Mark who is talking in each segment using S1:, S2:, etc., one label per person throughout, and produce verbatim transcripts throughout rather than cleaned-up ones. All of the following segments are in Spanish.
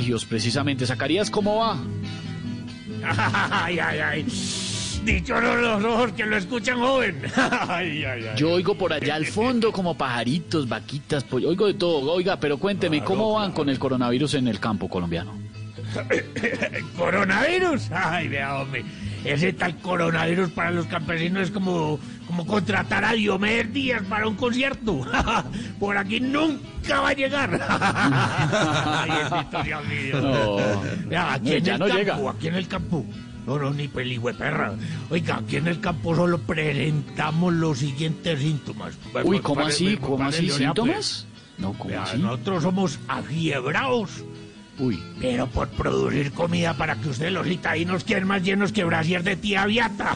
S1: contagios, precisamente. Zacarías, ¿cómo va?
S2: Ay, ay, ay. Dichosos los ojos que lo escuchan, joven. Ay, ay, ay.
S1: Yo oigo por allá al fondo como pajaritos, vaquitas, pollo, oigo de todo. Oiga, pero cuénteme,
S2: Claro,
S1: ¿cómo van
S2: claro.
S1: con el coronavirus en el campo colombiano?
S2: ¿Coronavirus? Ay, vea, hombre. Ese tal coronavirus para los campesinos es como, como contratar a Diomedes Díaz para un concierto. Por aquí nunca va a llegar. Ay, bendito Dios mío.
S1: No,
S2: Vea, aquí
S1: no,
S2: en
S1: ya
S2: el
S1: no
S2: campo,
S1: llega.
S2: aquí en el campo. No, no, ni peligüeperra. Oiga, aquí en el campo solo presentamos los siguientes síntomas.
S1: Uy, ¿cómo
S2: Pare-
S1: así?
S2: pare-
S1: ¿Cómo así?
S2: párele, orea, pues.
S1: ¿Síntomas? No, ¿cómo
S2: Vea,
S1: así?
S2: nosotros somos afiebrados,
S1: Uy.
S2: pero por producir comida para que ustedes los citadinos queden más llenos que brasier de tía Viata.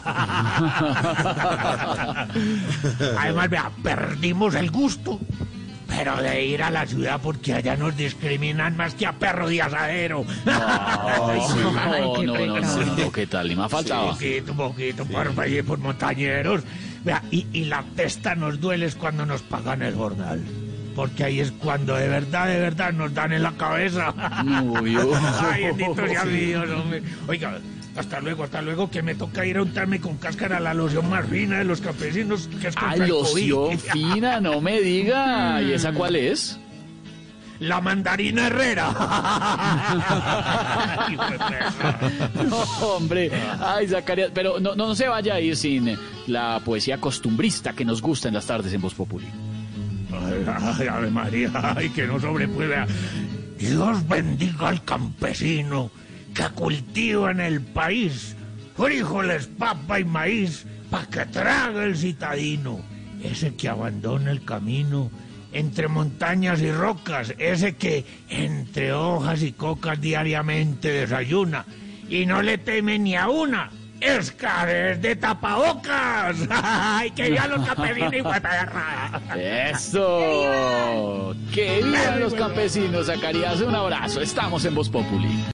S2: Además, vea, perdimos el gusto, pero de ir a la ciudad porque allá nos discriminan más que a perro de asadero.
S1: Ay,
S2: sí.
S1: no,
S3: Ay,
S1: no,
S3: qué
S1: no, no,
S3: pecado.
S1: no, ¿qué tal? Ni más faltaba.
S2: Un poquito, un poquito, por ahí, por montañeros. Vea, y, y la testa nos duele es cuando nos pagan el jornal. Porque ahí es cuando de verdad, de verdad nos dan en la cabeza.
S1: Uy, uy.
S2: Ay, bendito sea mi Dios, hombre. Oiga, hasta luego, hasta luego, que me toca ir a untarme con cáscara la loción más fina de los campesinos, que es
S1: Ah,
S2: contra el
S1: loción
S2: COVID.
S1: fina, no me diga. ¿Y esa cuál es?
S2: La mandarina Herrera. Hijo de perra.
S1: No, hombre. Ay, Zacarías. Pero no, no se vaya a ir sin la poesía costumbrista que nos gusta en las tardes en Voz Populi.
S2: Ay, ay, Ave María, ay, que no sobrepueda. Dios bendiga al campesino que cultiva en el país frijoles, papa y maíz pa' que trague el citadino. Ese que abandona el camino entre montañas y rocas, ese que entre hojas y cocas diariamente desayuna y no le teme ni a una escasez de tapabocas. ¡Ay, que vivan los campesinos, hijo de perra!
S1: ¡Eso! ¡Que vivan los campesinos, Zacarías! Un abrazo. Estamos en Voz Populi.